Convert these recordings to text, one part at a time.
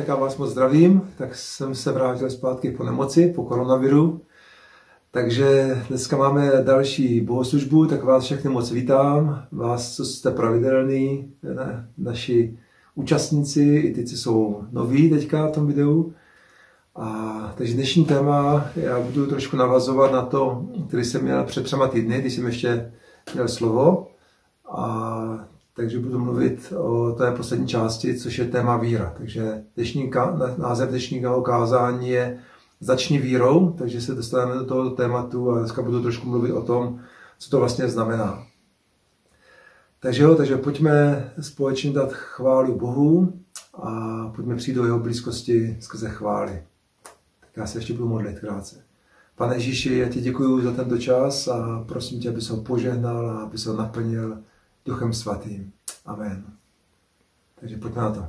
tak já vás moc zdravím. Tak jsem se vrátil zpátky po nemoci, po koronaviru. Takže dneska máme další bohoslužbu, tak vás všechny moc vítám. Vás, co jste pravidelní, naši účastníci, i ty, co jsou noví teďka v tom videu. Takže dnešní téma, já budu trošku navazovat na to, který jsem měl před 3 týdny, když jsem ještě měl slovo. Takže budu mluvit o té poslední části, což je téma víra. Takže název dnešního kázání je Začni vírou, takže se dostaneme do toho tématu a dneska budu trošku mluvit o tom, co to vlastně znamená. Takže pojďme společně dát chválu Bohu a pojďme přijít do jeho blízkosti skrze chvály. Tak já se ještě budu modlit krátce. Pane Ježíši, já ti děkuji za tento čas a prosím tě, aby se ho požehnal a aby se ho naplnil Duchem Svatým. Amen. Takže pojďme na to.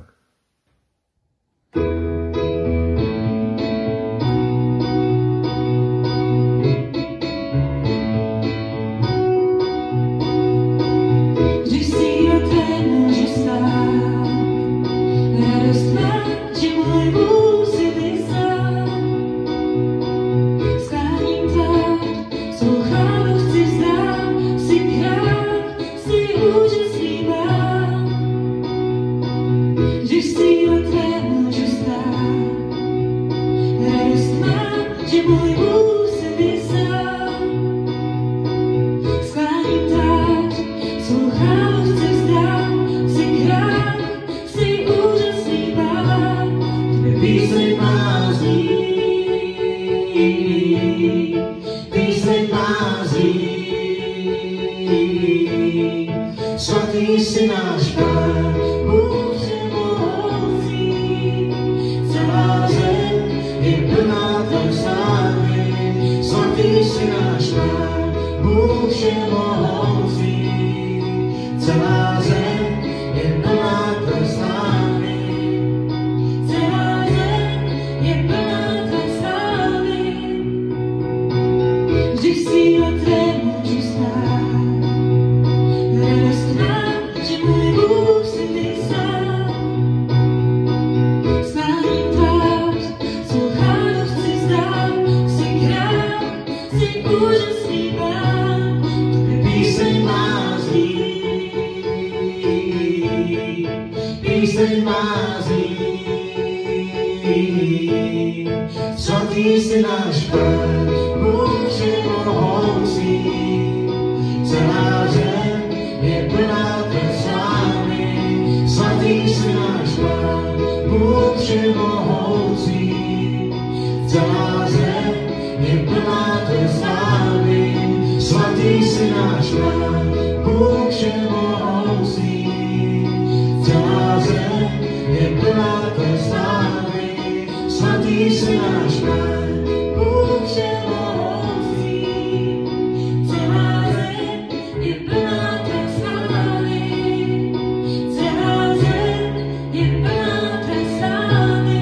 Svatý jsi náš Pán, Bůh všemohoucí, celá zem je plná tvé slávy. Svatý jsi náš Pán, Bůh všemohoucí, celá zem je plná tvé slávy. Celá zem je plná tvé slávy. Vždyť síle tvé můžu stát. Svatý jsi náš Pán, Bůh všemohoucí, celá zem je plná tvé slávy. Svatý jsi náš Pán, Bůh všemohoucí, celá zem je plná tvé slávy. Svatý jsi náš Pán, Bůh všemohoucí, celá zem je plná tvé slávy. Svatý jsi náš Pán, Bůh všemohoucí, celá zem je plná tvé slávy. Celá zem je plná tvé slávy.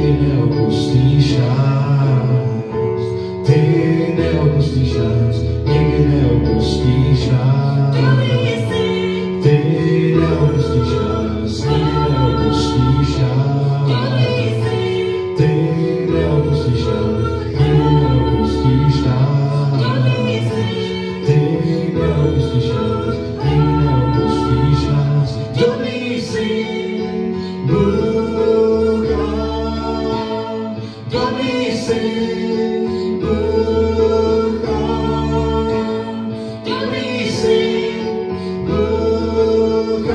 nikdy neopustíš nás. Ty neopustíš nás, nikdy neopustíš nás. Ty neopustíš nás, nikdy neopustíš nás. Ty neopustíš nás, nikdy neopustíš nás. Ty neopustíš nás, nikdy neopustíš nás. Dobrý jsi, Bůh, dobrý jsi, Bůh, dobrý jsi, Bůh,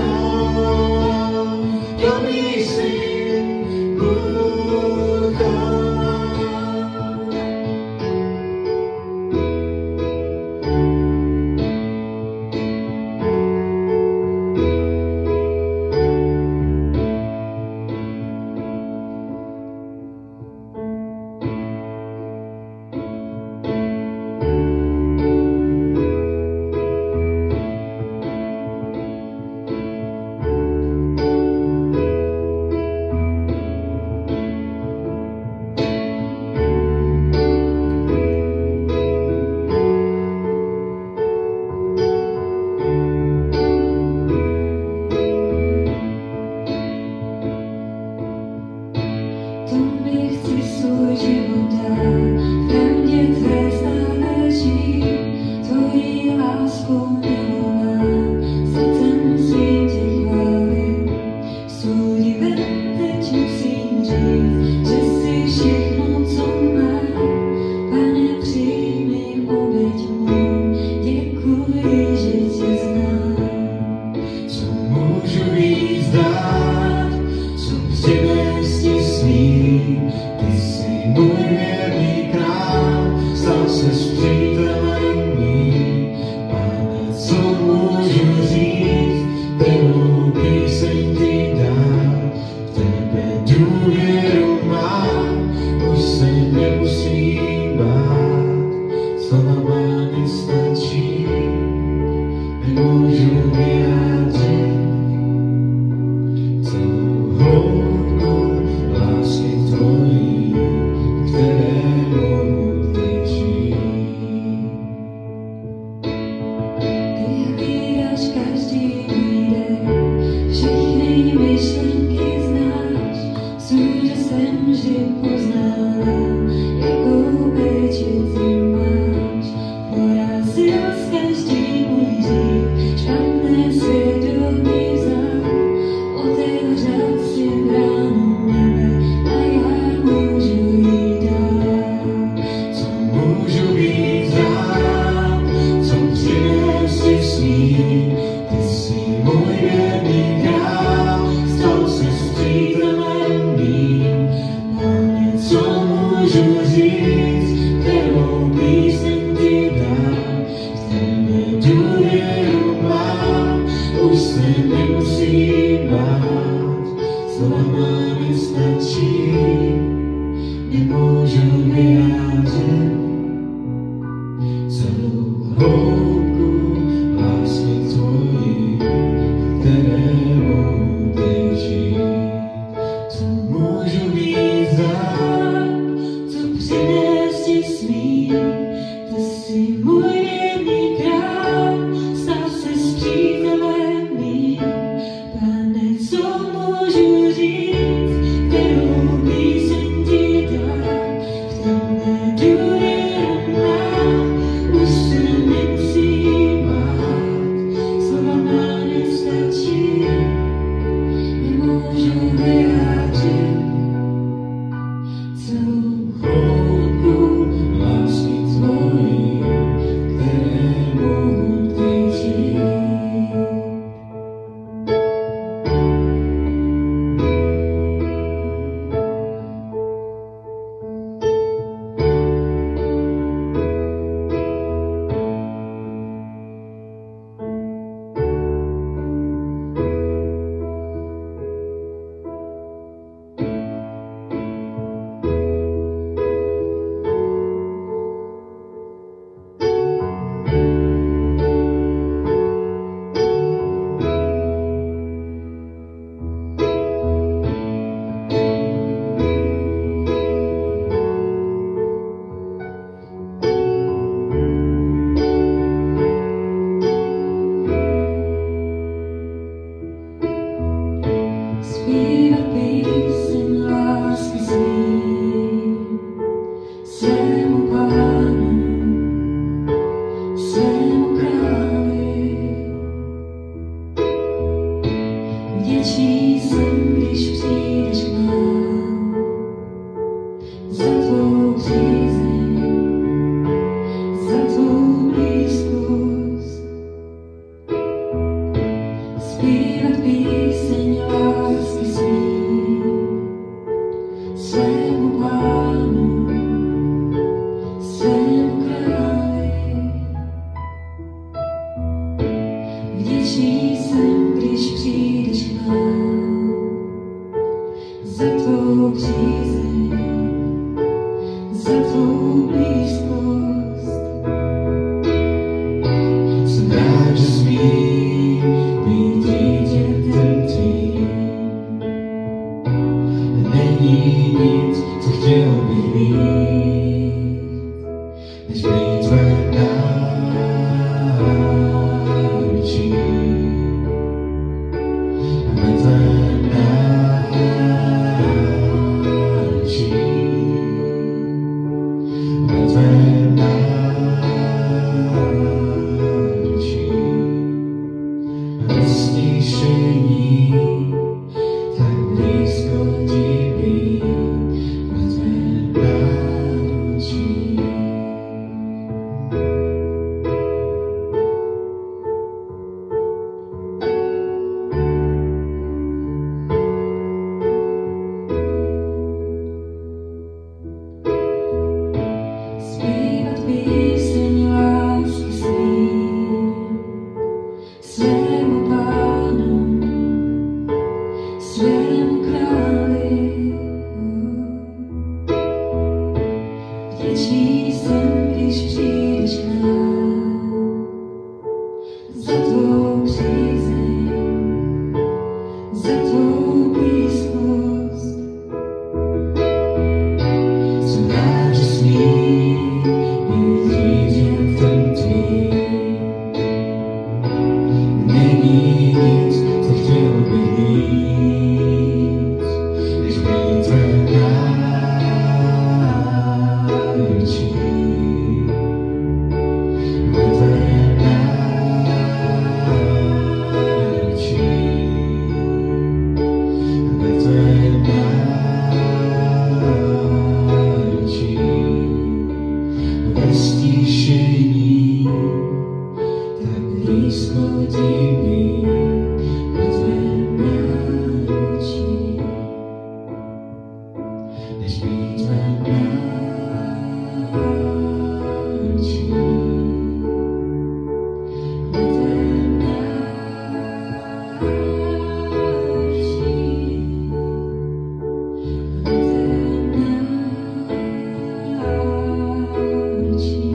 dobrý jsi, Bůh. Tobě chci svůj život dát, ve mně tvé záleží, tvojí lásku milovám, srdcem svým tě chválím. Svůj divem teď musím říct, že jsi všechno, co mám. Pane, přijmi oběť mou, děkuji, že tě znám. Co můžu víc dát, co přinést svý, ty jsi můj věrný král, stal ses přítelem mým. Pane, co můžu říct, kterou píseň ti dát, v tebe důvěru mám, už se nemusím bát, slova má nestačí, nemůžu vyjádřit celou hloubku lásky tvojí, kterému tečí. Ty hlídáš každý výdech, všechny myšlenky znáš, všude jsem vždy poznala, jakou péči ty máš. Porazil s každý můj hřích, špatné svědomí vzal, otevřel si bránu nebe a já můžu jít dál. Co můžu víc dát, co přinést svý, ty jsi můj věrný král, stal ses přítelem mým. Pane, co můžu říct, kterou píseň ti dám, v tebe důvěru mám, už se nemusím bát, slova má nestačí, nemůžu vyjádřit celou hloubku lásky tvojí, kterému tečí. Co můžu víc dát, co přinést svému Pánu, svému králi. Vděčný jsem, když přijdeš k nám, za tvou přízeň, za tvou blízkost. Jsem rád, že smím být dítětem tvým. Není nic, co chtěl bych mít, než být tvé náručí. A ve tvém náručí. Ve tvém náručí. Ve stišení tak blízko ti být. Ve tvém náručí. Zpívat píseň lásky svému Pánu, svému králi. Vděčný jsem, když přijdeš k nám, za tvou přízeň, za tvou blízkost. Jsem rád, že smím být dítětem tvým. Není nic, co chtěl bych víc, než být tvé náručí. Ve tvém náručí. Ve tvém náručí. Ve stišení tak blízko ti být. Ve tvém náručí. Než být tvém náručí. Ve tvém náručí, ve tvém náručí,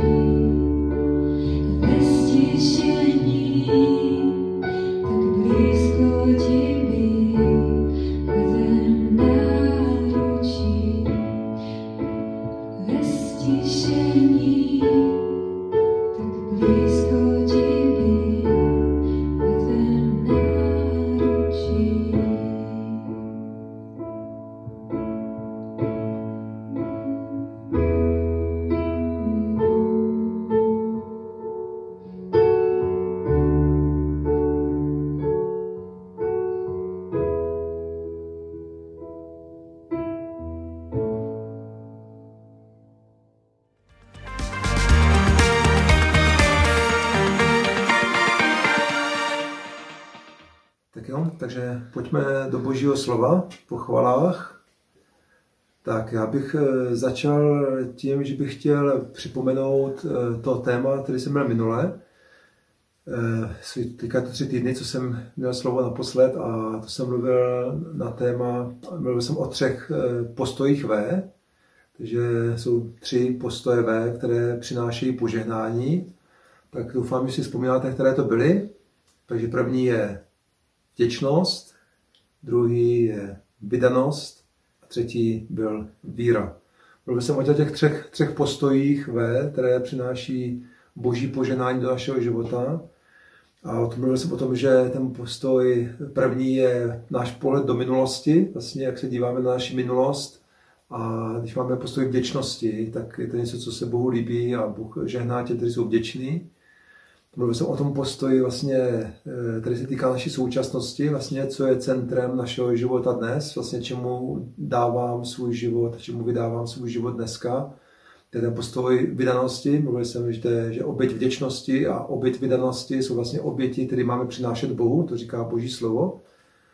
ve stišení tak blízko ti být. Ve tvém náručí, ve stišení tak blízko ti být. Ve tvém náručí. Tak jo, takže pojďme do Božího slova po chvalách. Tak já bych začal tím, že bych chtěl připomenout to téma, který jsem měl minule. Teďka to 3 týdny, co jsem měl slovo naposled, a to jsem mluvil jsem o 3 postojích V. Takže jsou 3 postoje V, které přinášejí požehnání. Tak doufám, že si vzpomínáte, které to byly. Takže první je vděčnost, druhý je vydanost a třetí byl víra. Mluvil jsem o těch 3 postojích V, které přináší Boží požehnání do našeho života. A mluvil jsem o tom, že ten postoj první je náš pohled do minulosti, vlastně jak se díváme na naši minulost. A když máme postoj vděčnosti, tak je to něco, co se Bohu líbí a Bůh žehná tě, kteří jsou vděční. Mluvil jsem o tom postoji, vlastně, který se týká naší současnosti, vlastně, co je centrem našeho života dnes, vlastně čemu dávám svůj život, čemu vydávám svůj život dneska. To je ten postoj vydanosti. Mluvil jsem, že oběť vděčnosti a oběť vydanosti jsou vlastně oběti, které máme přinášet Bohu, to říká Boží slovo.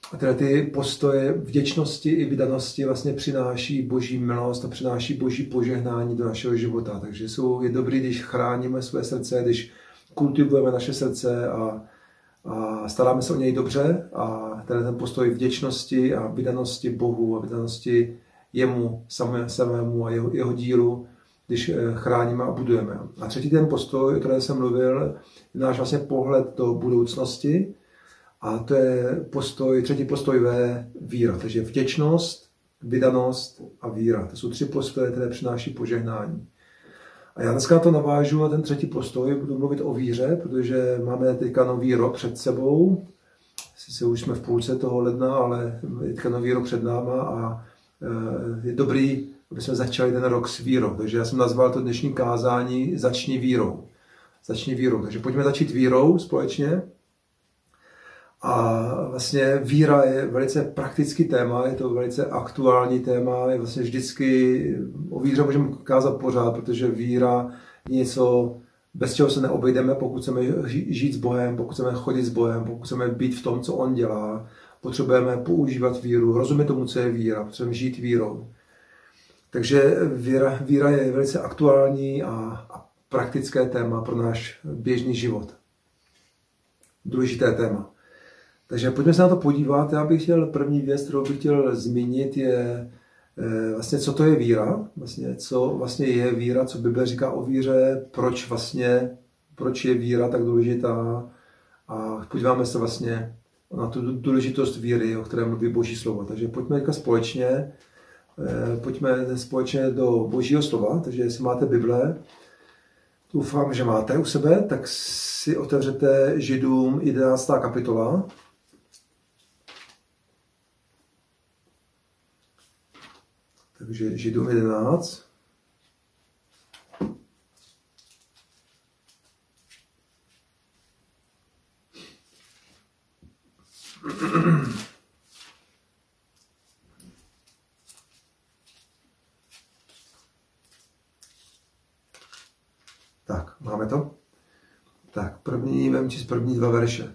A tyhle ty postoje vděčnosti i vydanosti vlastně přináší boží milost a přináší boží požehnání do našeho života. Takže je dobrý, když chráníme své srdce, když kultivujeme naše srdce a staráme se o něj dobře a ten postoj vděčnosti a vydanosti Bohu a vydanosti jemu samému a jeho dílu, když chráníme a budujeme. A třetí ten postoj, o kterém jsem mluvil, je náš vlastně pohled do budoucnosti. A to je třetí postoj víra. Takže vděčnost, vydanost a víra. To jsou 3 postoje, které přináší požehnání. A já dneska to navážu na ten třetí postoj, budu mluvit o víře, protože máme teďka nový rok před sebou. Sice už jsme v půlce toho ledna, ale je teďka nový rok před náma a je dobrý, aby jsme začali ten rok s vírou. Takže já jsem nazval to dnešní kázání Začni vírou. Začni vírou. Takže pojďme začít vírou společně. A vlastně víra je velice praktický téma, je to velice aktuální téma, je vlastně vždycky, o víře můžeme kázat pořád, protože víra je něco, bez čeho se neobejdeme, pokud chceme žít s Bohem, pokud chceme chodit s Bohem, pokud chceme být v tom, co On dělá, potřebujeme používat víru, rozumět tomu, co je víra, potřebujeme žít vírou. Takže víra je velice aktuální a praktické téma pro náš běžný život. Důležité téma. Takže pojďme se na to podívat. Já bych chtěl, první věc, kterou bych chtěl zmínit, je vlastně, co to je víra, vlastně, co vlastně je víra, co Bible říká o víře, proč je víra tak důležitá a podíváme se vlastně na tu důležitost víry, o které mluví Boží slovo. Takže pojďme společně do Božího slova, takže jestli máte Bible, doufám, že máte u sebe, tak si otevřete Židům 11. kapitola. Takže Židům 11. Tak, máme to? Tak, vem si první 2 verše.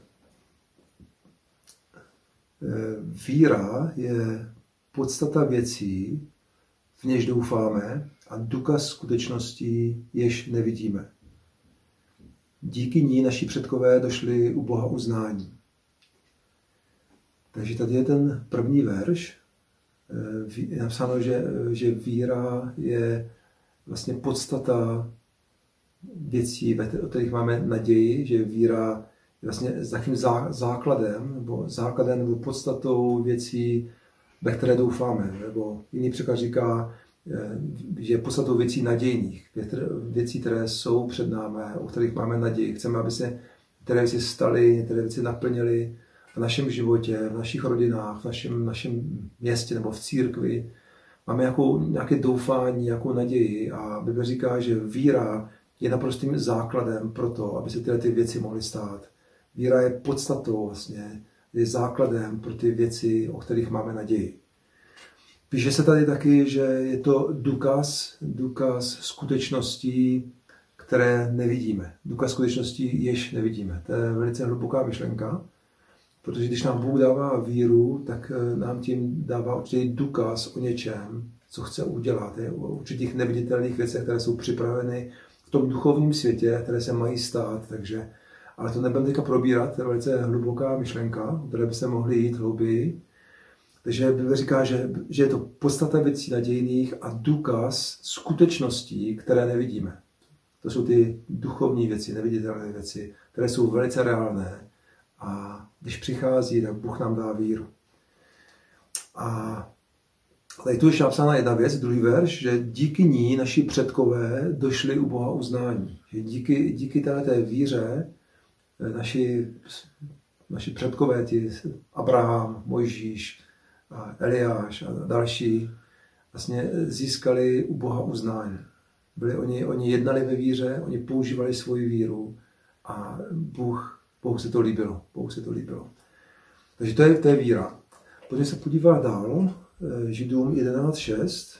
Víra je podstata věcí, v něž doufáme, a důkaz skutečností, jež nevidíme. Díky ní naši předkové došli u Boha uznání. Takže tady je ten první verš. Je napsáno, že víra je vlastně podstata věcí, o kterých máme naději, že víra je vlastně takým základem nebo podstatou věcí, ve které doufáme. Nebo jiný překlad říká, že je podstatou věcí nadějných, věcí, které jsou před námi, o kterých máme naději. Chceme, aby se některé věci staly, některé věci naplnily v našem životě, v našich rodinách, v našem městě nebo v církvi. Máme nějaké doufání, nějakou naději a Bible říká, že víra je naprostým základem pro to, aby se tyhle ty věci mohly stát. Víra je podstatou vlastně, je základem pro ty věci, o kterých máme naději. Píše se tady taky, že je to důkaz skutečností, které nevidíme. Důkaz skutečností, jež nevidíme. To je velice hluboká myšlenka, protože když nám Bůh dává víru, tak nám tím dává určitý důkaz o něčem, co chce udělat. Je o určitých neviditelných věcech, které jsou připraveny v tom duchovním světě, které se mají stát. Ale to nebudeme teďka probírat, to je velice hluboká myšlenka, o které by se mohli jít hlouběji. Takže Bible říká, že je to podstata věcí nadějných a důkaz skutečností, které nevidíme. To jsou ty duchovní věci, neviditelné věci, které jsou velice reálné. A když přichází, tak Bůh nám dá víru. A tady tu ještě napsána jedna věc, druhý verš, že díky ní naši předkové došli u Boha uznání. Že díky této víře naši předkové, Abraham, Mojžíš, Eliáš a další, vlastně získali u Boha uznání. Oni jednali ve víře, oni používali svoji víru a Bohu se to líbilo. Takže to je víra. Pojďme se podívat dál. Židům 11.6.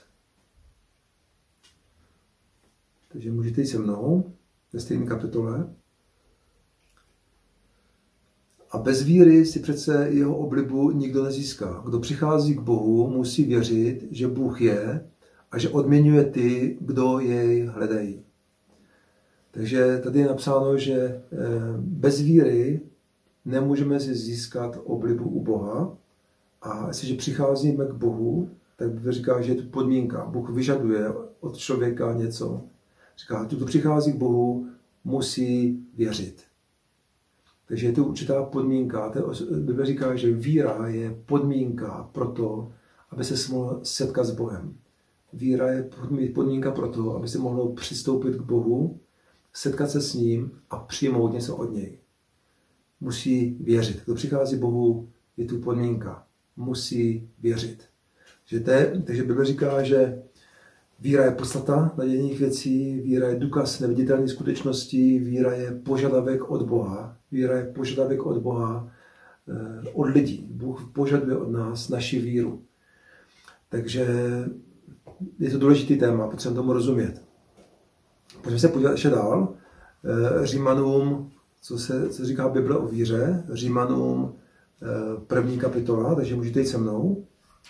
Takže můžete jít se mnou ve stejné kapitole. A bez víry si přece jeho oblibu nikdo nezíská. Kdo přichází k Bohu, musí věřit, že Bůh je a že odměňuje ty, kdo jej hledají. Takže tady je napsáno, že bez víry nemůžeme si získat oblibu u Boha. A jestliže přicházíme k Bohu, tak Bible říká, že je tu podmínka. Bůh vyžaduje od člověka něco. Říká, kdo přichází k Bohu, musí věřit. Takže je to určitá podmínka. Bible říká, že víra je podmínka pro to, aby se mohl setkat s Bohem. Víra je podmínka pro to, aby se mohlo přistoupit k Bohu, setkat se s ním a přijmout něco od něj. Musí věřit. Kdo přichází k Bohu, je tu podmínka. Musí věřit. Takže Bible říká, že víra je podstata nadějných věcí, víra je důkaz neviditelných skutečností, víra je požadavek od Boha. Víra je požadavek od Boha, od lidí. Bůh požaduje od nás naši víru. Takže je to důležitý téma, potřebujeme tomu rozumět. Pojďme se podívat ještě dál. Římanům, co říká Bible o víře, Římanům 1. kapitola, takže můžete jít se mnou.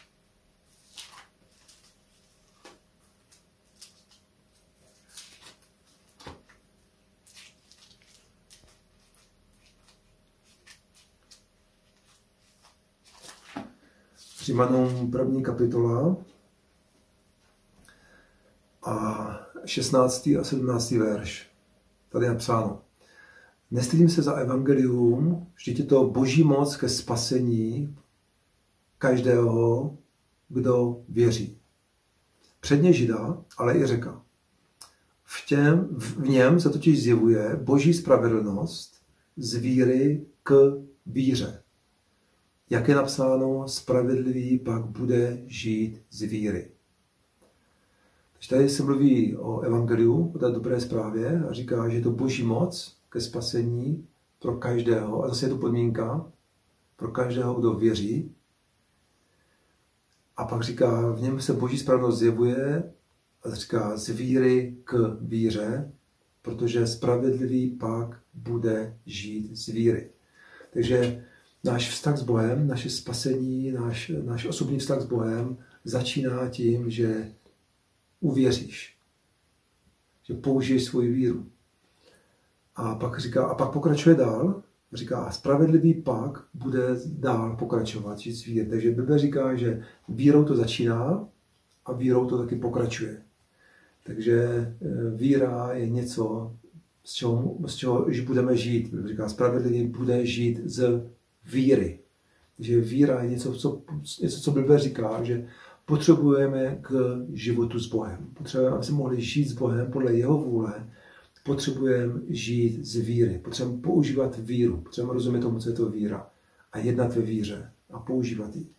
Římanům 1. kapitola a 16. a 17. verš. Tady je napsáno. Nestydím se za evangelium, vždyť je to boží moc ke spasení každého, kdo věří. Předně Žida, ale i Řeka. V něm se totiž zjevuje boží spravedlnost z víry k víře. Jak je napsáno, spravedlivý pak bude žít z víry. Takže tady se mluví o evangeliu, o té dobré zprávě a říká, že je to boží moc ke spasení pro každého. A zase je to podmínka pro každého, kdo věří. A pak říká, v něm se boží spravedlnost zjevuje a říká z víry k víře, protože spravedlivý pak bude žít z víry. Takže náš vztah s Bohem, naše spasení, náš osobní vztah s Bohem začíná tím, že uvěříš, že použiješ svoji víru. A pak pokračuje dál, říká, spravedlivý pak bude dál pokračovat, žít z víry. Takže Bible říká, že vírou to začíná a vírou to taky pokračuje. Takže víra je něco, z čeho již budeme žít. Bible říká, spravedlivý bude žít z víry. Takže víra je něco, co Bible říká, že potřebujeme k životu s Bohem. Potřebujeme, aby jsme mohli žít s Bohem podle jeho vůle. Potřebujeme žít z víry. Potřebujeme používat víru. Potřebujeme rozumět tomu, co je to víra. A jednat ve víře. A používat ji.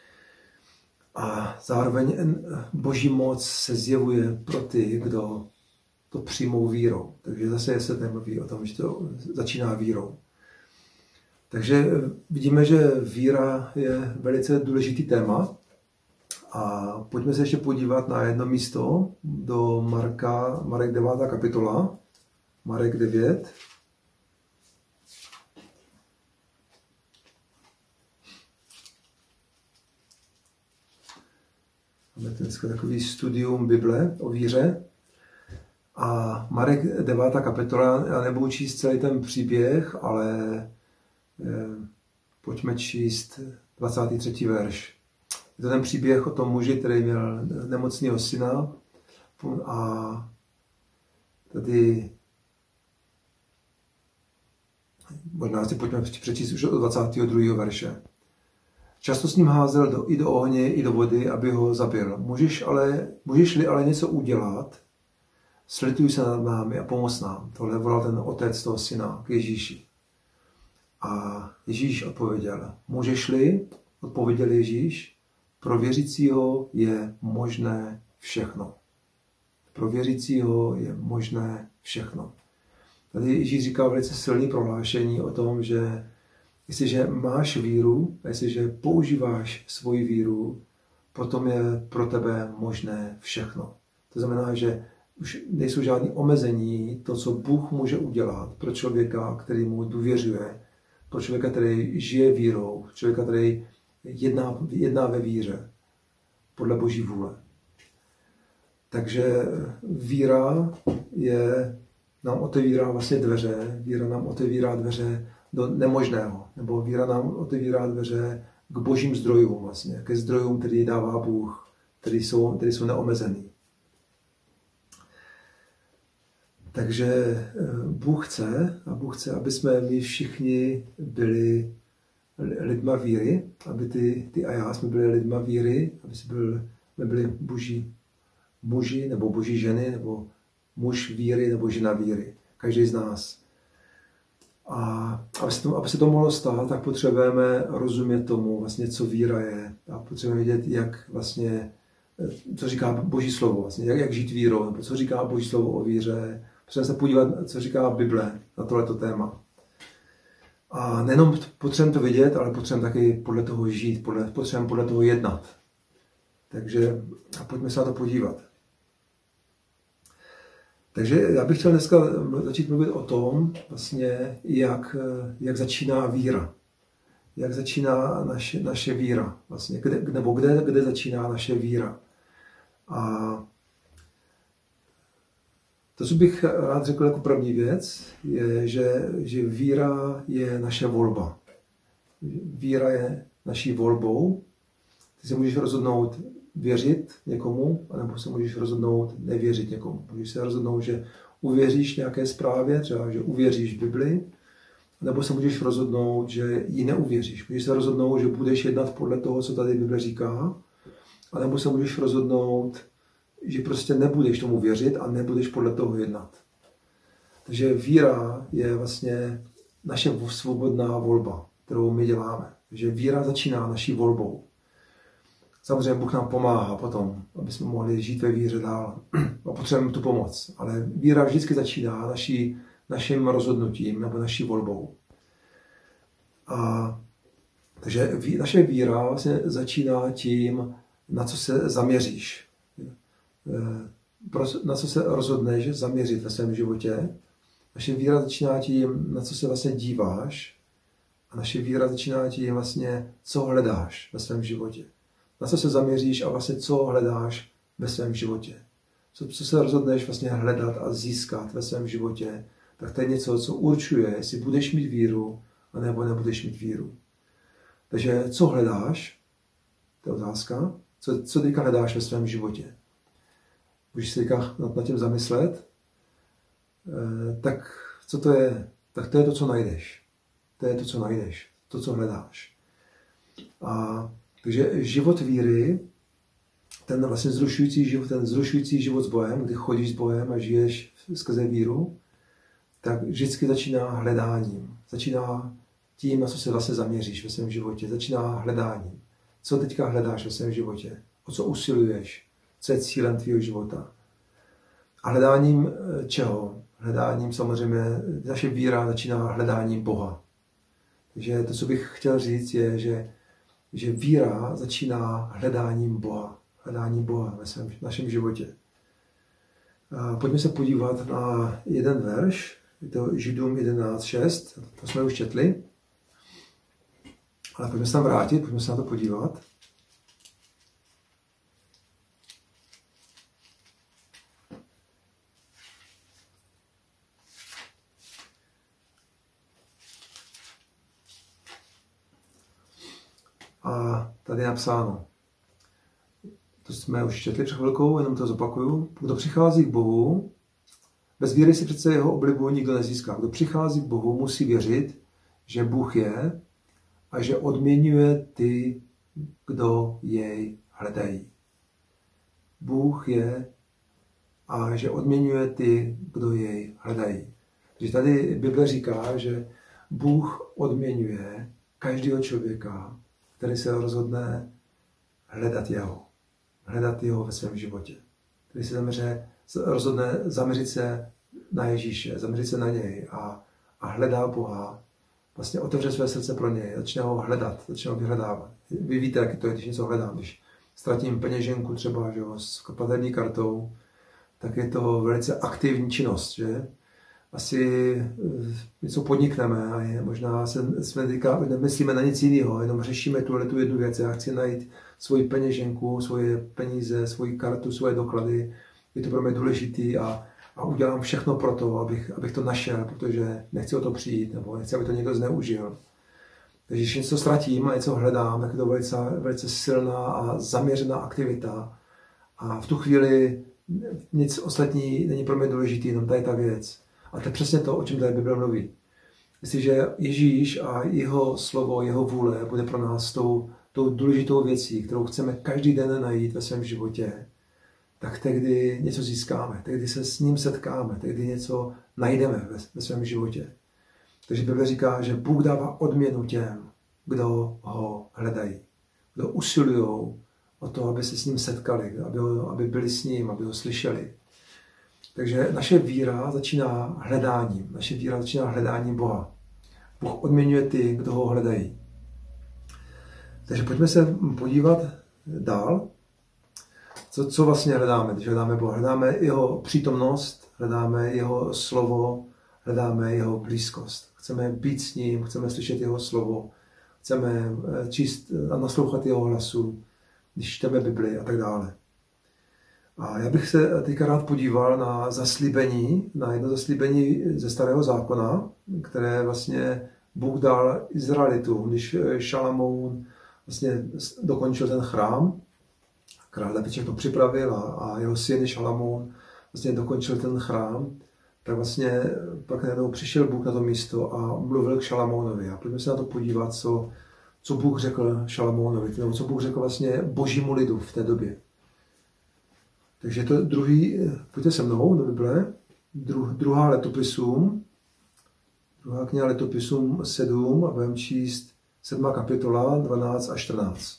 A zároveň boží moc se zjevuje pro ty, kdo to přijmou vírou. Takže zase se tady mluví o tom, že to začíná vírou. Takže vidíme, že víra je velice důležitý téma. A pojďme se ještě podívat na jedno místo do Marek 9. kapitola. Marek 9. Máme dneska takový studium Bible o víře. A Marek 9. kapitola, já nebudu číst celý ten příběh, ale pojďme číst 23. verš. Je to ten příběh o tom muži, který měl nemocného syna a tady možná si pojďme přečíst už od 22. verše. Často s ním házel i do ohně, i do vody, aby ho zabil. Můžeš-li ale něco udělat, slituj se nad námi a pomoz nám. Tohle volal ten otec toho syna k Ježíši. A Ježíš odpověděl. Můžeš-li, odpověděl Ježíš, pro věřícího je možné všechno. Pro věřícího je možné všechno. Tady Ježíš říká velice silné prohlášení o tom, že jestliže máš víru, a jestliže používáš svoji víru, potom je pro tebe možné všechno. To znamená, že už nejsou žádné omezení, to, co Bůh může udělat pro člověka, který mu důvěřuje, pro člověka, který žije vírou, člověka, který jedná ve víře podle Boží vůle. Takže víra nám otevírá vlastně dveře, víra nám otevírá dveře do nemožného, nebo víra nám otevírá dveře k božím zdrojům vlastně, ke zdrojům, který dává Bůh, který jsou neomezený. Takže Bůh chce, aby jsme my všichni byli lidma víry, aby ty a já jsme byli lidma víry, aby jsme byli boží muži nebo boží ženy, nebo muž víry nebo žena víry. Každý z nás. A aby se to mohlo stát, tak potřebujeme rozumět tomu, vlastně, co víra je. A potřebujeme vědět, jak vlastně, co říká Boží slovo, vlastně, jak žít vírou, nebo co říká Boží slovo o víře. Potřebujeme se podívat, co říká Bible na tohleto téma. A nejenom potřebujeme to vidět, ale potřebujeme taky podle toho žít, potřebujeme podle toho jednat. Takže pojďme se na to podívat. Takže já bych chtěl dneska začít mluvit o tom, vlastně, jak začíná víra. Jak začíná naše víra. Vlastně, kde začíná naše víra. A to, co bych rád řekl jako první věc, je, že víra je naše volba. Víra je naší volbou. Ty se můžeš rozhodnout věřit někomu, anebo se můžeš rozhodnout nevěřit někomu. Můžeš se rozhodnout, že uvěříš nějaké zprávě, třeba že uvěříš Bibli, nebo se můžeš rozhodnout, že ji neuvěříš. Můžeš se rozhodnout, že budeš jednat podle toho, co tady Bible říká, anebo se můžeš rozhodnout, že prostě nebudeš tomu věřit a nebudeš podle toho jednat. Takže víra je vlastně naše svobodná volba, kterou my děláme. Takže víra začíná naší volbou. Samozřejmě Bůh nám pomáhá potom, aby jsme mohli žít ve víře dál. A potřebujeme tu pomoc. Ale víra vždycky začíná naším rozhodnutím nebo naší volbou. Takže naše víra vlastně začíná tím, na co se zaměříš. Na co se rozhodneš zaměřit ve svém životě. Naše víra začíná tím, na co se vlastně díváš. A naše víra začíná tím vlastně, co hledáš ve svém životě. Na co se zaměříš a vlastně co hledáš ve svém životě. Co se rozhodneš vlastně hledat a získat ve svém životě, tak to je něco, co určuje, jestli budeš mít víru, anebo nebudeš mít víru. Takže co hledáš? To je otázka. Co teďka hledáš ve svém životě? Můžeš se teďka nad tím zamyslet? Tak co to je? Tak to je to, co najdeš. To je to, co najdeš. To, co hledáš. Takže život víry, ten vlastně zrušující život s Bohem, kdy chodíš s Bohem a žiješ skrze víru, tak vždycky začíná hledáním. Začíná tím, na co se vlastně zaměříš ve svém životě. Začíná hledáním. Co teďka hledáš ve svém životě? O co usiluješ? Co je cílem tvýho života? A hledáním čeho? Hledáním samozřejmě, naše víra začíná hledáním Boha. Takže to, co bych chtěl říct, je, že víra začíná hledáním Boha ve našem životě. Pojďme se podívat na jeden verš, je to Židům 11.6, to jsme už četli, ale pojďme se tam vrátit, pojďme se na to podívat. A tady je napsáno, to jsme už četli před chvilkou, jenom to zopakuju. Kdo přichází k Bohu, bez víry si přece jeho oblibu nikdo nezíská. Kdo přichází k Bohu, musí věřit, že Bůh je a že odměňuje ty, kdo jej hledají. Bůh je a že odměňuje ty, kdo jej hledají. Takže tady Bible říká, že Bůh odměňuje každého člověka, který se rozhodne hledat jeho ve svém životě. Který se rozhodne zaměřit se na Ježíše, zaměřit se na něj a hledá Boha, vlastně otevře své srdce pro něj, začne ho hledat, začne ho vyhledávat. Vy víte, jak to je, když něco hledám. Když ztratím peněženku třeba s platební kartou, tak je to velice aktivní činnost, že? asi něco podnikneme a možná jsme teďka nemyslíme na nic jiného, jenom řešíme tu jednu věc. Já chci najít svoji peněženku, svoje peníze, svoji kartu, svoje doklady. Je to pro mě důležitý a udělám všechno pro to, abych to našel, protože nechci o to přijít, nebo nechci, aby to někdo zneužil. Takže když něco ztratím a něco hledám, tak je to velice, velice silná a zaměřená aktivita. A v tu chvíli nic ostatní není pro mě důležitý, jenom tady ta věc. A to je přesně to, o čem tady Bible mluví. Jestliže Ježíš a jeho slovo, jeho vůle bude pro nás tou důležitou věcí, kterou chceme každý den najít ve svém životě, tak tehdy něco získáme, tehdy se s ním setkáme, tehdy něco najdeme ve svém životě. Takže Bible říká, že Bůh dává odměnu těm, kdo ho hledají, kdo usilují o to, aby se s ním setkali, aby byli s ním, aby ho slyšeli. Takže naše víra začíná hledáním. Naše víra začíná hledáním Boha. Bůh odměňuje ty, kdo ho hledají. Takže pojďme se podívat dál. Co vlastně hledáme, když hledáme Boha? Hledáme jeho přítomnost, hledáme jeho slovo, hledáme jeho blízkost. Chceme být s ním, chceme slyšet jeho slovo, chceme číst a naslouchat jeho hlasu, když čteme Bibli a tak dále. A já bych se teďka rád podíval na jedno zaslíbení ze Starého zákona, které vlastně Bůh dal Izraelitům, když Šalamoun vlastně dokončil ten chrám. Král David všechno připravil a jeho syn Šalamoun vlastně dokončil ten chrám, tak vlastně pak najednou přišel Bůh na to místo a mluvil k Šalamounovi. A pojďme se na to podívat, co Bůh řekl Šalamounovi, nebo co Bůh řekl vlastně božímu lidu v té době. Takže to pojďte se mnou do Bible, druhá kniha Letopisům 7 a budeme číst 7. kapitola 12 a 14.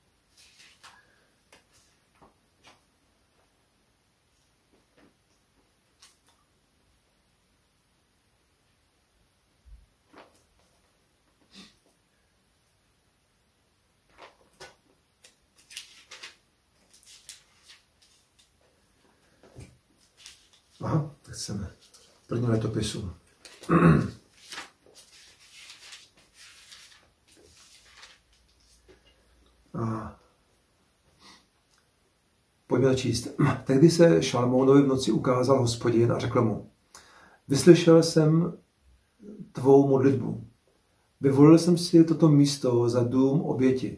Aha, tak chceme. První Letopisu. A pojďme číst. Tehdy se Šalmounovi v noci ukázal Hospodin a řekl mu: Vyslyšel jsem tvou modlitbu. Vyvolil jsem si toto místo za dům oběti.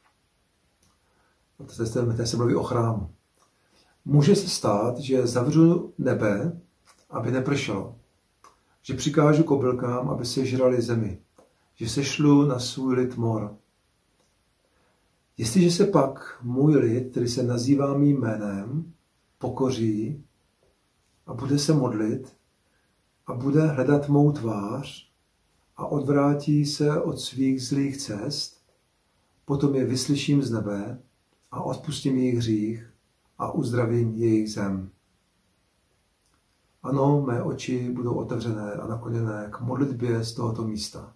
Tady se mluví o chrámu. Může se stát, že zavřu nebe, aby nepršelo, že přikážu kobylkám, aby se žrali zemi, že sešlu na svůj lid mor. Jestliže se pak můj lid, který se nazývá mým jménem, pokoří a bude se modlit a bude hledat mou tvář a odvrátí se od svých zlých cest, potom je vyslyším z nebe a odpustím jejich hřích a uzdravím jejich zem. Ano, mé oči budou otevřené a nakloněné k modlitbě z tohoto místa.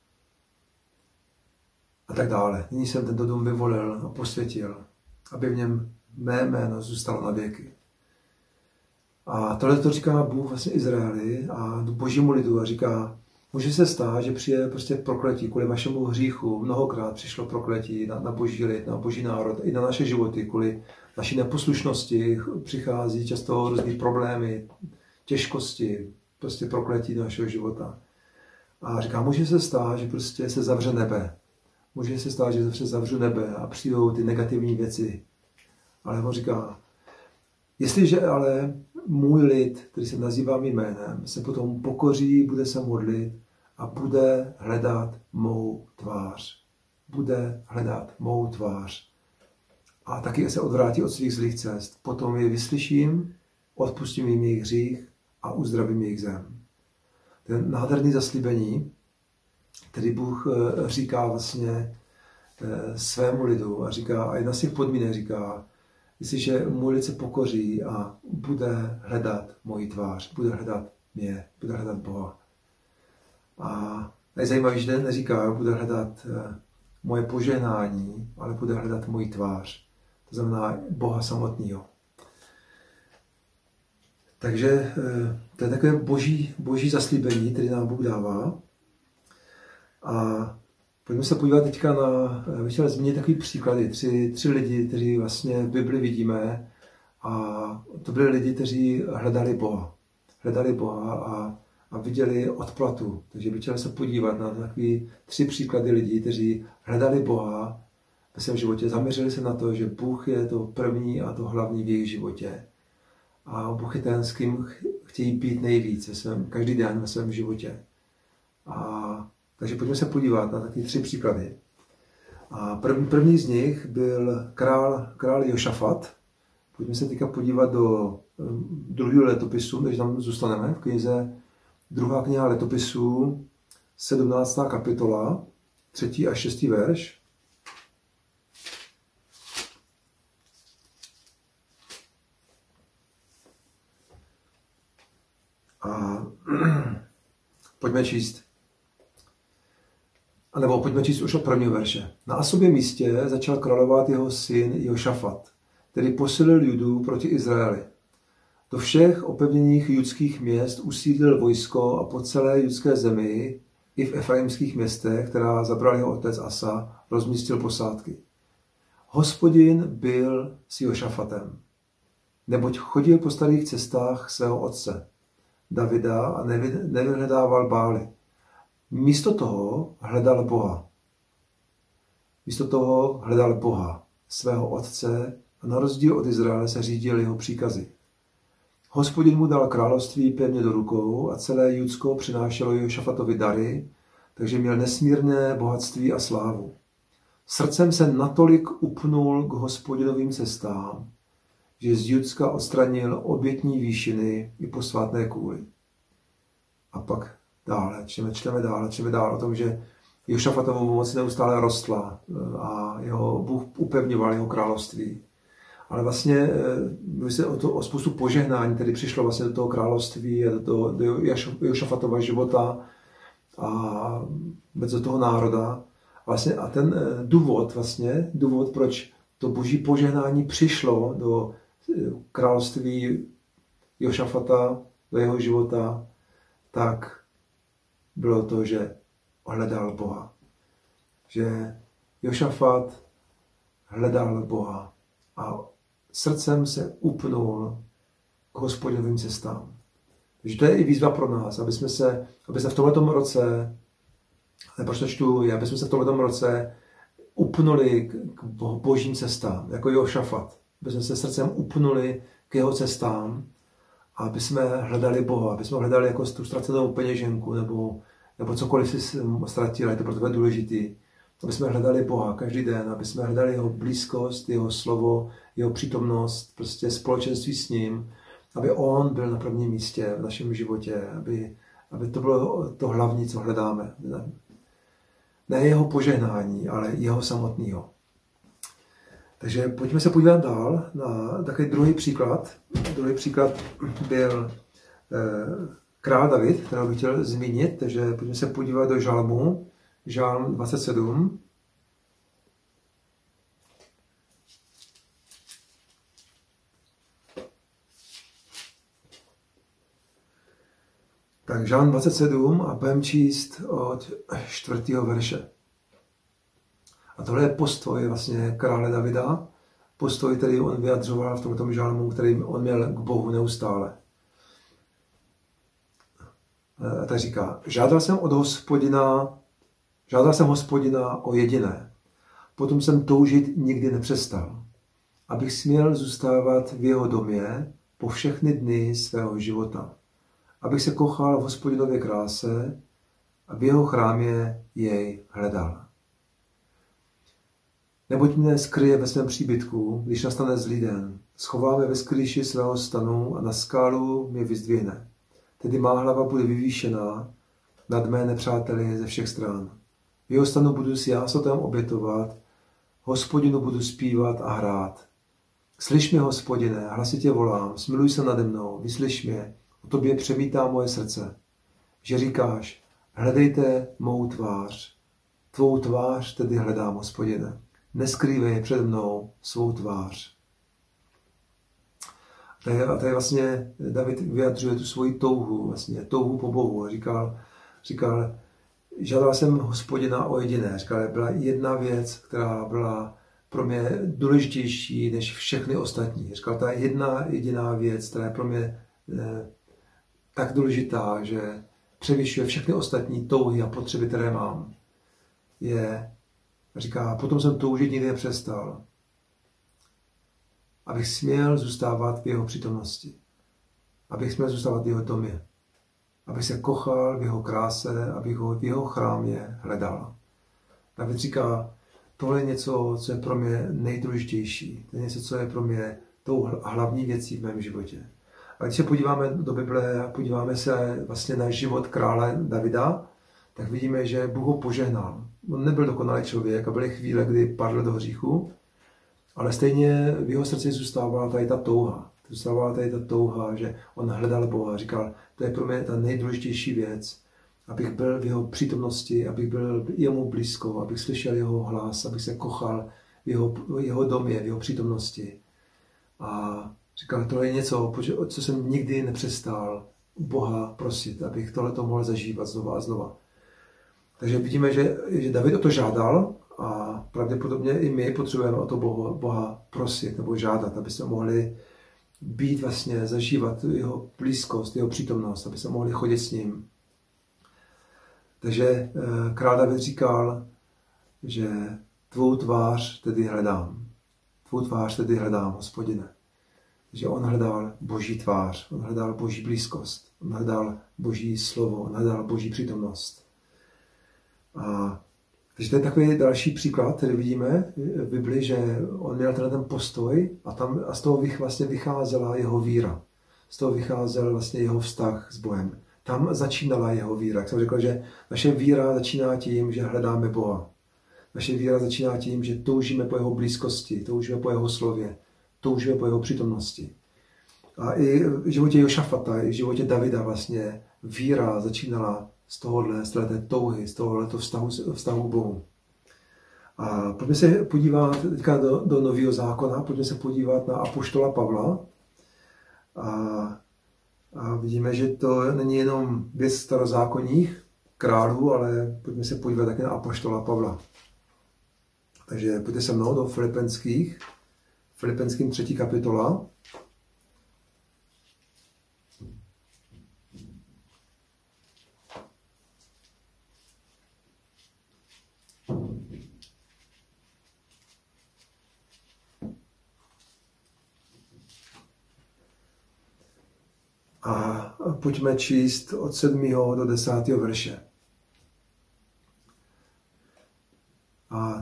A tak dále. Nyní jsem tento dům vyvolil a posvětil, aby v něm mé jméno zůstalo na věky. A tohle to říká Bůh vlastně Izraeli a božímu lidu a říká, může se stát, že přijde prostě prokletí kvůli vašemu hříchu. Mnohokrát přišlo prokletí na boží lid, na boží národ, i na naše životy. Kvůli naší neposlušnosti přichází často různý problémy, těžkosti, prostě prokletí do našeho života. A říká, může se stát, že prostě se zavře nebe. Může se stát, že se zavřu nebe a přijdou ty negativní věci. Ale on říká, jestliže ale můj lid, který se nazývá mým jménem, se potom pokoří, bude se modlit a bude hledat mou tvář. Bude hledat mou tvář. A taky se odvrátí od svých zlých cest. Potom je vyslyším, odpustím jim jejich hřích a uzdravím jejich zem. Ten nádherný zaslíbení, který Bůh říká vlastně svému lidu a říká, a jedna z těch podmínek říká, jestliže můj lid se pokoří a bude hledat moji tvář, bude hledat mě, bude hledat Boha. A je zajímavé, že neříká, bude hledat moje požehnání, ale bude hledat moji tvář. To znamená Boha samotného. Takže to je takové boží zaslíbení, které nám Bůh dává. A pojďme se podívat teďka na, já bych chtěl zmínit takový příklady, tři lidi, kteří vlastně v Bibli vidíme, a to byli lidi, kteří hledali Boha a viděli odplatu. Takže bych chtěl se podívat na takový 3 příklady lidí, kteří hledali Boha ve svém životě, zaměřili se na to, že Bůh je to první a to hlavní v jejich životě. A Bůh je ten, s kým chtějí být nejvíc každý den ve svém životě. Takže pojďme se podívat na taky 3 příklady. A první z nich byl král Jošafat. Pojďme se teďka podívat do 2. letopisu, takže tam zůstaneme v knize 2. kniha letopisů, 17. kapitola, 3. a 6. verš. A pojďme číst. A nebo pojďme číst už od 1. verše. Na Asobě místě začal královat jeho syn Jošafat, který posilil Judu proti Izraeli. Do všech opevněných judských měst usídlil vojsko a po celé judské zemi i v efraimských městech, která zabral jeho otec Asa, rozmístil posádky. Hospodin byl s Jošafatem, neboť chodil po starých cestách svého otce Davida a nevyhledával Bály. Místo toho hledal Boha, svého otce, a na rozdíl od Izraele se řídil jeho příkazy. Hospodin mu dal království pevně do rukou a celé Judsko přinášelo Jošafatovi dary, takže měl nesmírné bohatství a slávu. Srdcem se natolik upnul k Hospodinovým cestám, že z Judska odstranil obětní výšiny i posvátné kůly. A pak dále, čteme dál o tom, že Jošafatovu moc neustále rostla a Bůh upevňoval jeho království. Ale vlastně mluví se o spoustu požehnání, který přišlo vlastně do toho království a do Jošafatova života a do toho národa. A ten důvod, proč to boží požehnání přišlo do království Jošafata, do jeho života, tak bylo to, že hledal Boha. Že Jošafat hledal Boha a srdcem se upnul k Hospodinovým cestám. Takže to je i výzva pro nás, aby se v tomto roce, aby jsme se v tomto roce upnuli k božím cestám, jako Jošafat. Aby jsme se srdcem upnuli k jeho cestám a aby jsme hledali Boha, aby jsme hledali jako tu ztracenou peněženku nebo cokoliv si ztratili, je to pro tebe důležitý. Aby jsme hledali Boha každý den, aby jsme hledali jeho blízkost, jeho slovo, jeho přítomnost, prostě společenství s ním, aby on byl na prvním místě v našem životě, aby to bylo to hlavní, co hledáme. Ne jeho požehnání, ale jeho samotného. Takže pojďme se podívat dál na takový druhý příklad. Druhý příklad byl král David, kterého bych chtěl zmínit, takže pojďme se podívat do Žalmu, Žalm 27. Tak Žalm 27 a budeme číst od 4. verše. A tohle je postoj vlastně krále Davida, postoj, který on vyjadřoval v tomto žalmu, který on měl k Bohu neustále. A tak říká, žádal jsem Hospodina o jediné, potom jsem toužit nikdy nepřestal, abych směl zůstávat v jeho domě po všechny dny svého života, abych se kochal v Hospodinově kráse a v jeho chrámě jej hledal. Neboť mne skryje ve svém příbytku, když nastane zlý den. Schováme ve skrýši svého stanu a na skálu mě vyzdvihne. Tedy má hlava bude vyvýšená nad mé nepřáteli ze všech stran. V jeho stanu budu si jásotem obětovat, Hospodinu budu zpívat a hrát. Slyš mě, Hospodine, hlasitě volám, smiluj se nade mnou, vyslyš mě, o tobě přemítá moje srdce. Že říkáš, hledejte mou tvář, tvou tvář tedy hledám, Hospodine. Neskrývej před mnou svou tvář. A tady vlastně David vyjadřuje tu svoji touhu, vlastně touhu po Bohu. A říkal, žádal jsem Hospodina o jediné. Říkal, byla jedna věc, která byla pro mě důležitější než všechny ostatní. Říkal, ta jedna jediná věc, která je pro mě tak důležitá, že převyšuje všechny ostatní touhy a potřeby, které mám. Říká, potom jsem toužit nikdy nepřestal, abych směl zůstávat v jeho přítomnosti, abych směl zůstávat v jeho domě, abych se kochal v jeho kráse, abych ho v jeho chrámě hledal. David říká, tohle je něco, co je pro mě nejdůležitější. To je něco, co je pro mě tou hlavní věcí v mém životě. A když se podíváme do Bible a podíváme se vlastně na život krále Davida, tak vidíme, že Bůh ho požehnal. On nebyl dokonalý člověk a byly chvíle, kdy padl do hříchu, ale stejně v jeho srdci zůstávala tady ta touha. Zůstávala tady ta touha, že on hledal Boha. Říkal, to je pro mě ta nejdůležitější věc, abych byl v jeho přítomnosti, abych byl jemu blízko, abych slyšel jeho hlas, abych se kochal v jeho domě, v jeho přítomnosti. A říkal, to je něco, co jsem nikdy nepřestal Boha prosit, abych tohleto mohl zažívat znova a znova. Takže vidíme, že David o to žádal a pravděpodobně i my potřebujeme o to Boha prosit nebo žádat, aby jsme mohli být vlastně, zažívat jeho blízkost, jeho přítomnost, aby jsme mohli chodit s ním. Takže král David říkal, že tvou tvář tedy hledám. Tvou tvář tedy hledám, Hospodine. Že on hledal Boží tvář, on hledal Boží blízkost, on hledal Boží slovo, on hledal Boží přítomnost. Takže to je takový další příklad, který vidíme v Bibli, že on měl ten postoj a z toho vlastně vycházela jeho víra. Z toho vycházel vlastně jeho vztah s Bohem. Tam začínala jeho víra. Jak jsem řekl, že naše víra začíná tím, že hledáme Boha. Naše víra začíná tím, že toužíme po jeho blízkosti, toužíme po jeho slově, toužíme po jeho přítomnosti. A i v životě Jošafata, i v životě Davida vlastně víra začínala z této touhy, z tohoto vztahu k Bohu. A pojďme se podívat teďka do Nového zákona, pojďme se podívat na apoštola Pavla. A vidíme, že to není jenom věc starozákonních králů, ale pojďme se podívat také na apoštola Pavla. Takže pojďte se mnou do Filipenským 3. kapitola. A pojďme číst od 7. do 10. verše. A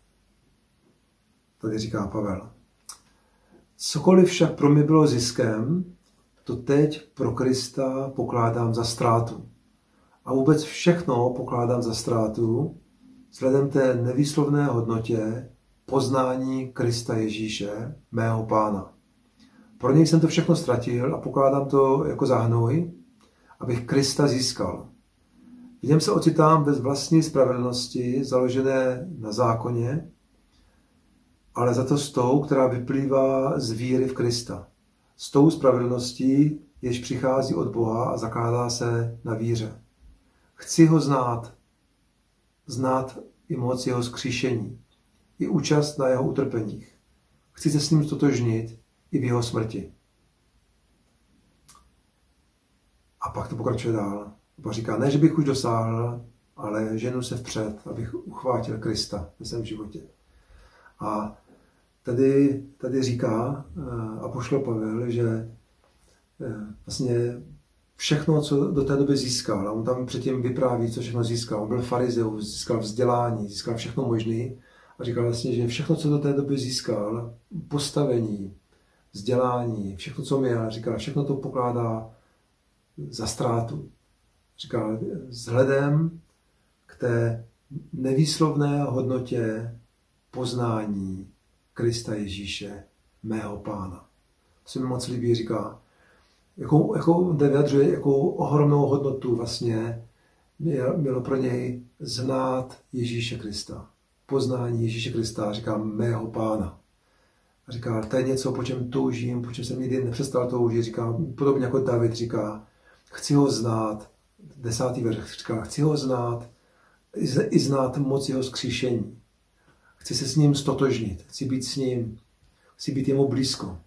tady říká Pavel. Cokoliv však pro mě bylo ziskem, to teď pro Krista pokládám za ztrátu. A vůbec všechno pokládám za ztrátu vzhledem té nevýslovné hodnotě poznání Krista Ježíše, mého Pána. Pro něj jsem to všechno ztratil a pokládám to jako za hnůj, abych Krista získal. V něm se ocitám bez vlastní spravedlnosti, založené na zákoně, ale za to s tou, která vyplývá z víry v Krista. S tou spravedlností, jež přichází od Boha a zakládá se na víře. Chci ho znát i moc jeho vzkříšení, i účast na jeho utrpeních. Chci se s ním stotožnit i v jeho smrti. A pak to pokračuje dál. Pak říká, ne, že bych už dosáhl, ale ženu se vpřed, abych uchvátil Krista ve svém životě. A tady říká apoštol Pavel, že vlastně všechno, co do té doby získal, a on tam předtím vypráví, co všechno získal. On byl farizeus, získal vzdělání, získal všechno možné. A říkal vlastně, že všechno, co do té doby získal, postavení, vzdělání, všechno, co měl, říkal, všechno to pokládá za ztrátu. Říkal, vzhledem k té nevýslovné hodnotě poznání Krista Ježíše, mého Pána. To se mi moc líbí, říká, jakou vyjadřuje, jakou ohromnou hodnotu vlastně mělo pro něj znát Ježíše Krista. Poznání Ježíše Krista, říká, mého Pána. A říká, to je něco, po čem toužím, po čem jsem nikdy nepřestal toužit. Říká, podobně jako David říká, chci ho znát. 10. verš říká, chci ho znát, i znát moc jeho vzkříšení. Chci se s ním stotožnit, chci být s ním, chci být jemu blízko.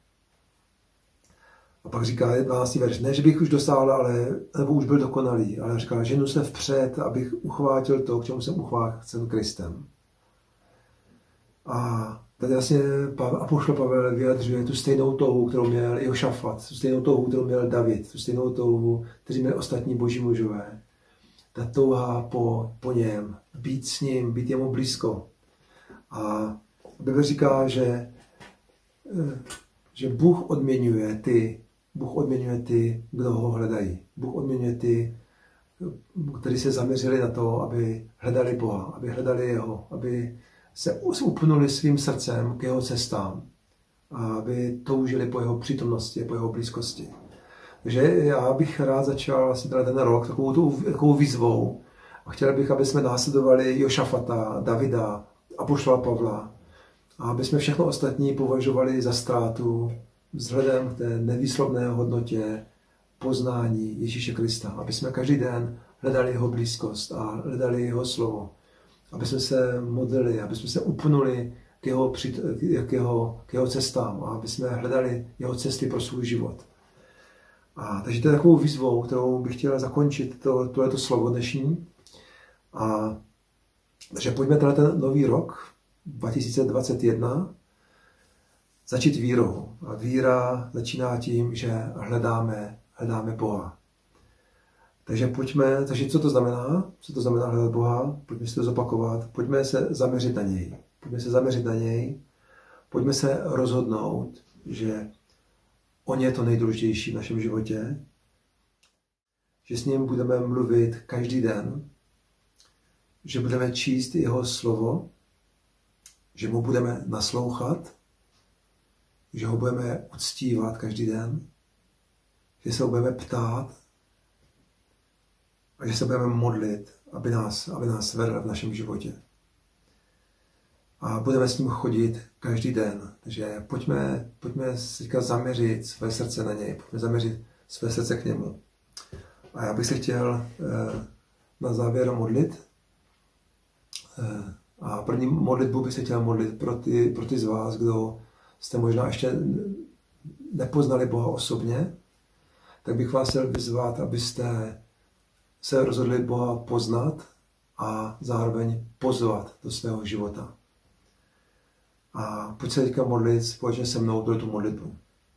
A pak říká 12. verš, ne, že bych už dosáhl, nebo už byl dokonalý, ale říká, ženu se vpřed, abych uchvátil to, k čemu jsem uchvácen Kristem. A tady vlastně apoštol Pavel vyjadřuje tu stejnou touhu, kterou měl Jošafat, tu stejnou touhu, kterou měl David, tu stejnou touhu, kteří měli ostatní boží mužové. Ta touha po něm, být s ním, být jemu blízko. A Bible říká, že Bůh odměňuje ty, kdo ho hledají. Bůh odměňuje ty, kteří se zaměřili na to, aby hledali Boha, aby hledali jeho, aby se upnuli svým srdcem k jeho cestám a aby toužili po jeho přítomnosti, po jeho blízkosti. Takže já bych rád začal vlastně ten rok takovou výzvou a chtěl bych, aby jsme následovali Jošafata, Davida, apoštola Pavla a aby jsme všechno ostatní považovali za ztrátu vzhledem k té nevýslovné hodnotě poznání Ježíše Krista. Aby jsme každý den hledali jeho blízkost a hledali jeho slovo. Aby jsme se modlili, aby jsme se upnuli k jeho cestám a aby jsme hledali jeho cesty pro svůj život. Takže to je takovou výzvou, kterou bych chtěl zakončit tohleto slovo dnešní. Takže pojďme ten nový rok 2021 začít vírou. A víra začíná tím, že hledáme Boha. Takže co to znamená? Co to znamená hledat Boha? Pojďme si to zopakovat. Pojďme se zaměřit na něj. Pojďme se rozhodnout, že on je to nejdůležitější v našem životě. Že s ním budeme mluvit každý den. Že budeme číst jeho slovo. Že mu budeme naslouchat. Že ho budeme uctívat každý den. Že se ho budeme ptát. A že se budeme modlit, aby nás vedl v našem životě. A budeme s ním chodit každý den. Takže pojďme teďka zaměřit své srdce na něj. Pojďme zaměřit své srdce k němu. A já bych se chtěl na závěr modlit. A první modlitbu bych se chtěl modlit pro ty z vás, kdo jste možná ještě nepoznali Boha osobně, tak bych vás chtěl vyzvat, abyste se rozhodli Boha poznat a zároveň pozvat do svého života. A pojď se teďka modlit společně se mnou pro tu modlitbu.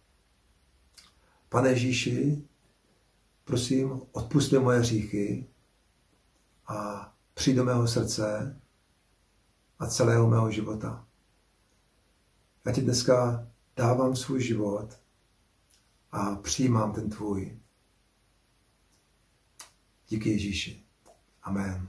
Pane Ježíši, prosím, odpusť mi moje hříchy a přijď do mého srdce a celého mého života. Já ti dneska dávám svůj život a přijímám ten tvůj. Díky Ježíši. Amen.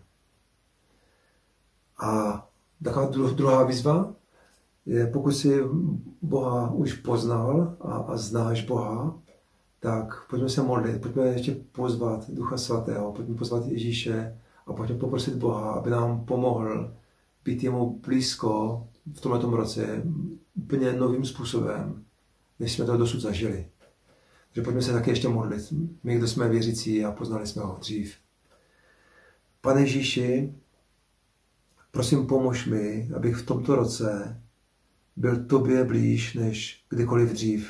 A taková druhá výzva je, pokud jsi Boha už poznal a znáš Boha, tak pojďme se modlit, pojďme ještě pozvat Ducha Svatého, pojďme pozvat Ježíše a pojďme poprosit Boha, aby nám pomohl být jemu blízko v tomto roce úplně novým způsobem, než jsme to dosud zažili. Takže pojďme se taky ještě modlit. My, kdo jsme věřící a poznali jsme ho dřív. Pane Ježíši, prosím, pomož mi, abych v tomto roce byl tobě blíž než kdykoliv dřív.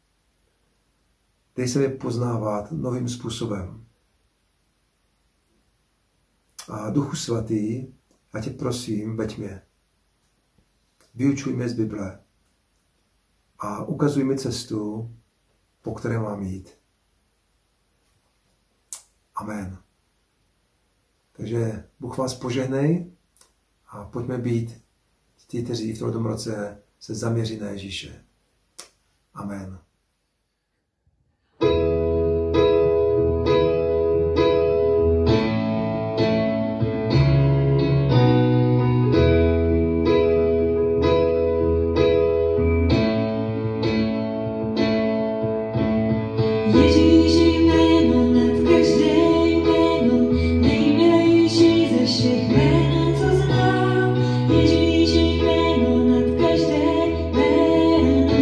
Dej se mi poznávat novým způsobem. A Duchu Svatý, já tě prosím, veď mě. Vyučuj mě z Bible a ukazuj mi cestu, po které mám jít. Amen. Takže Bůh vás požehnej a pojďme být ti, kteří v tomto roce se zaměří na Ježíše. Amen. Ježíš jméno nad každé jméno.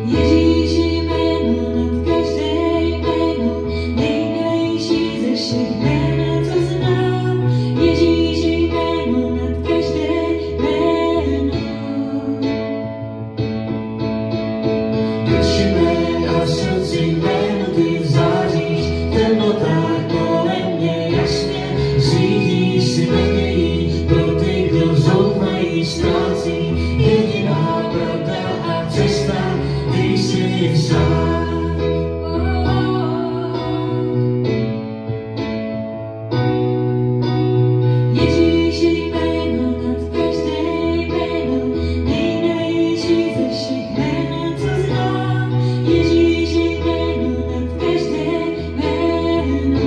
Ježíši jméno nad každé jméno, nejmilejší ze všech jmén, co znám. Ježíši jméno nad každé jméno. Duši mé a srdci jméno ty záříš, v temnotách kolem mě jasně svítí si nadějí pro ty, kdo zoufají, ztrácí. Jediná pravda a cesta, ty jsi sám. Ježíši jméno nad každé jméno, nejmilejší ze všech jmén, co znám. Ježíši jméno nad každé jméno.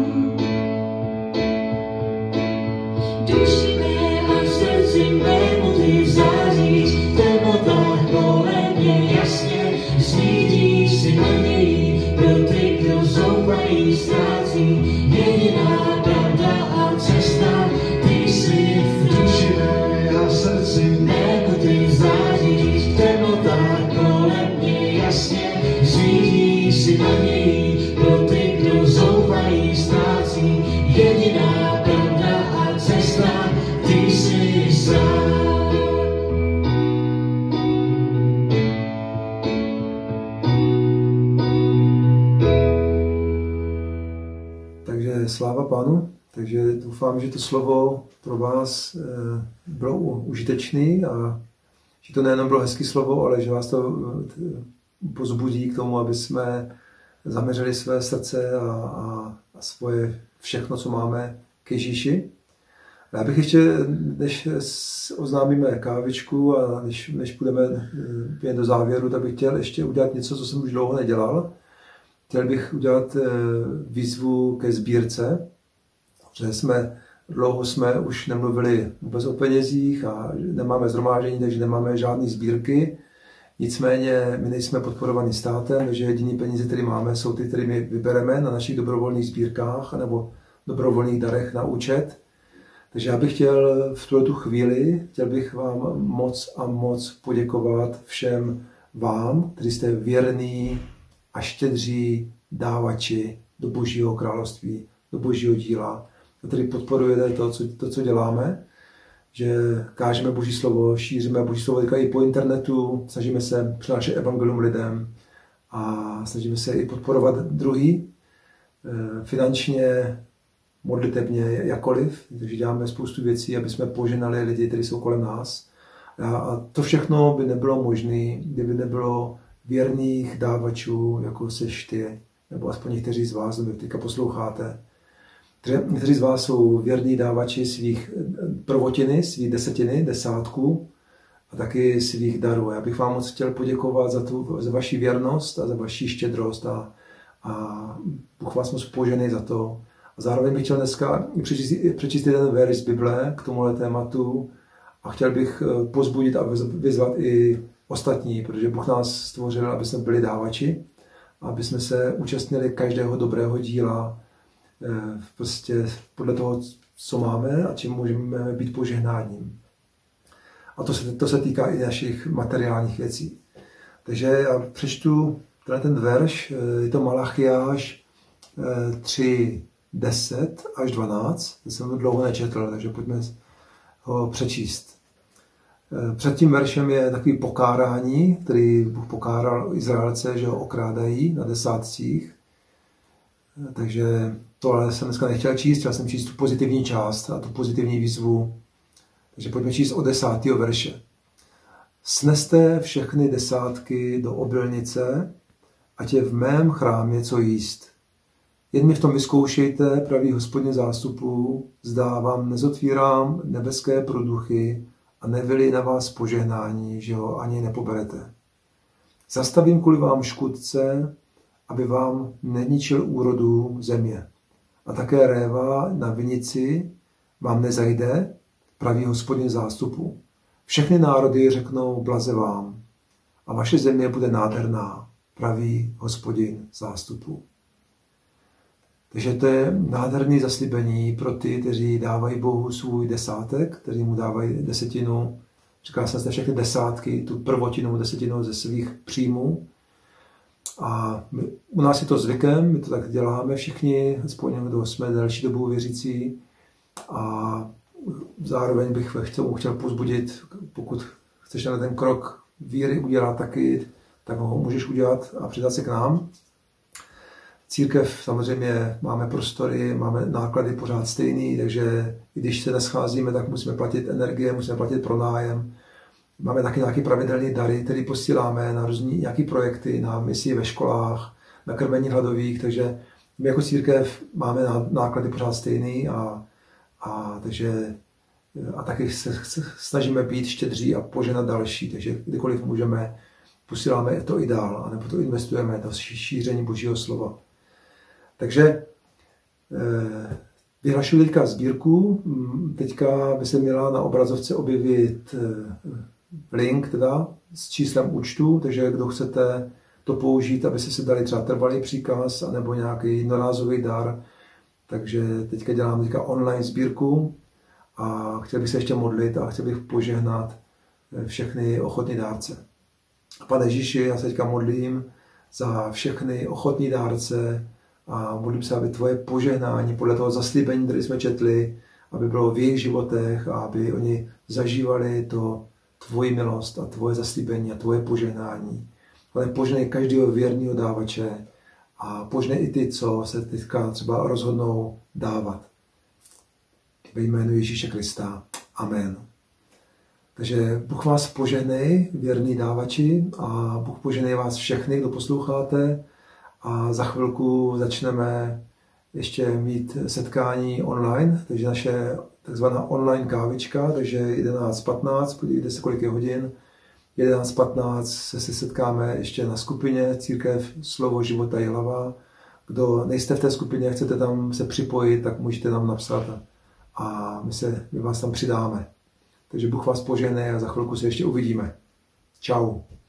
Duši mé a srdci jméno ty záříš, v temnotách kolem mě jasně Svítí si nadějí pro ty, kdo zoufají, ztrácí. Jediná pravda a cesta, ty jsi v duši mé a srdci jméno ty záříš, v temnotách kolem mě jasně svítí si nadějí pro ty, kdo zoufají, ztrácí. Jediná pravda a cesta, ty jsi sám. Takže sláva Pánu. Takže doufám, že to slovo pro vás bylo užitečné a že to nejenom bylo hezké slovo, ale že vás to pozbudí k tomu, aby jsme zaměřili své srdce a svoje všechno, co máme, k Ježíši. A já bych ještě, než oznámíme kávičku a než půjdeme do závěru, tak bych chtěl ještě udělat něco, co jsem už dlouho nedělal. Chtěl bych udělat výzvu ke sbírce, protože dlouho jsme už nemluvili vůbec o penězích a nemáme shromáždění, takže nemáme žádné sbírky. Nicméně my nejsme podporovaní státem, takže jediné peníze, které máme, jsou ty, které my vybereme na našich dobrovolných sbírkách nebo dobrovolných darech na účet. Takže já bych chtěl v tuto chvíli, chtěl bych vám moc poděkovat všem vám, kteří jste věrní a štědří dávači do Božího království, do Božího díla, který podporujete to, co děláme, že kážeme Boží slovo, šíříme Boží slovo i po internetu, snažíme se přinášet evangelium lidem a snažíme se i podporovat druhý finančně, modlitebně, jakkoliv, takže děláme spoustu věcí, aby jsme poženali lidi, kteří jsou kolem nás. A to všechno by nebylo možné, kdyby nebylo věrných dávačů, jako seš ty, nebo aspoň někteří z vás, kdo teďka posloucháte. Někteří z vás jsou věrní dávači svých prvotiny, svých desetiny, desátku a taky svých darů. Já bych vám moc chtěl poděkovat za vaši věrnost a za vaši štědrost a Bůh vás moc poženej za to. A zároveň bych chtěl dneska přečíst jeden verš z Bible k tomuhle tématu a chtěl bych pozbudit a vyzvat i ostatní, protože Bůh nás stvořil, aby jsme byli dávači, aby jsme se účastnili každého dobrého díla prostě podle toho, co máme a čím můžeme být požehnáním. A to se týká i našich materiálních věcí. Takže já přečtu ten verš, je to Malachiáš 3, 10 až 12, to jsem to dlouho nečetl, takže pojďme ho přečíst. Před tím veršem je takový pokárání, který Bůh pokáral Izraelce, že ho okrádají na desátcích. Takže to ale jsem dneska nechtěl číst, chtěl jsem číst tu pozitivní část a tu pozitivní výzvu. Takže pojďme číst od 10. verše. Sneste všechny desátky do obilnice, ať je v mém chrámě co jíst. Jen mi v tom vyzkoušejte, pravý Hospodin zástupů, zdá vám nezotvírám nebeské průduchy a nevyli na vás požehnání, že ho ani nepoberete. Zastavím kvůli vám škůdce, aby vám neničil úrodu země. A také réva na vinici vám nezajde, pravý Hospodin zástupů. Všechny národy řeknou blaze vám a vaše země bude nádherná, pravý Hospodin zástupů. Takže to je nádherné zaslíbení pro ty, kteří dávají Bohu svůj desátek, kteří mu dávají desetinu Říkal jsem zde všechny desátky, tu prvotinu, desetinu ze svých příjmů. A u nás je to zvykem, my to tak děláme všichni, aspoň kdo jsme delší dobu věřící. A zároveň bych chtěl povzbudit, pokud chceš na ten krok víry udělat taky, tak ho můžeš udělat a přidat se k nám. Církev samozřejmě máme prostory, máme náklady pořád stejný, takže i když se nescházíme, tak musíme platit energie, musíme platit pronájem. Máme taky nějaké pravidelné dary, které posíláme na různé nějaké projekty, na misi ve školách, na krmení hladových, takže my jako církev máme náklady pořád stejný a taky se snažíme být štědří a poženat další, takže kdykoliv můžeme, posíláme to i dál, anebo to investujeme do šíření Božího slova. Takže vyhlašuji teďka sbírku, teďka by se měla na obrazovce objevit link teda s číslem účtu, takže kdo chcete to použít, aby si dali třeba trvalý příkaz anebo nějaký jednorázový dar, takže teďka dělám online sbírku a chtěl bych se ještě modlit a chtěl bych požehnat všechny ochotní dárce. Pane Ježíši, já se teďka modlím za všechny ochotní dárce a modlím se, aby tvoje požehnání podle toho zaslíbení, které jsme četli, aby bylo v jejich životech a aby oni zažívali to tvoji milost a tvoje zaslíbení a tvoje požehnání. Ale požehnej každého věrného dávače a požehnej i ty, co se teďka třeba rozhodnou dávat. Ve jménu Ježíše Krista. Amen. Takže Bůh vás požehnej, věrní dávači, a Bůh požehnej vás všechny, kdo posloucháte. A za chvilku začneme ještě mít setkání online, takže naše takzvaná online kávička, takže 11:15, podívejte se, kolik je hodin. 11:15 se setkáme ještě na skupině Církev Slovo života je hlava. Kdo nejste v té skupině, chcete tam se připojit, tak můžete nám napsat a my vás tam přidáme. Takže Bůh vás požehnej a za chvilku se ještě uvidíme. Čau.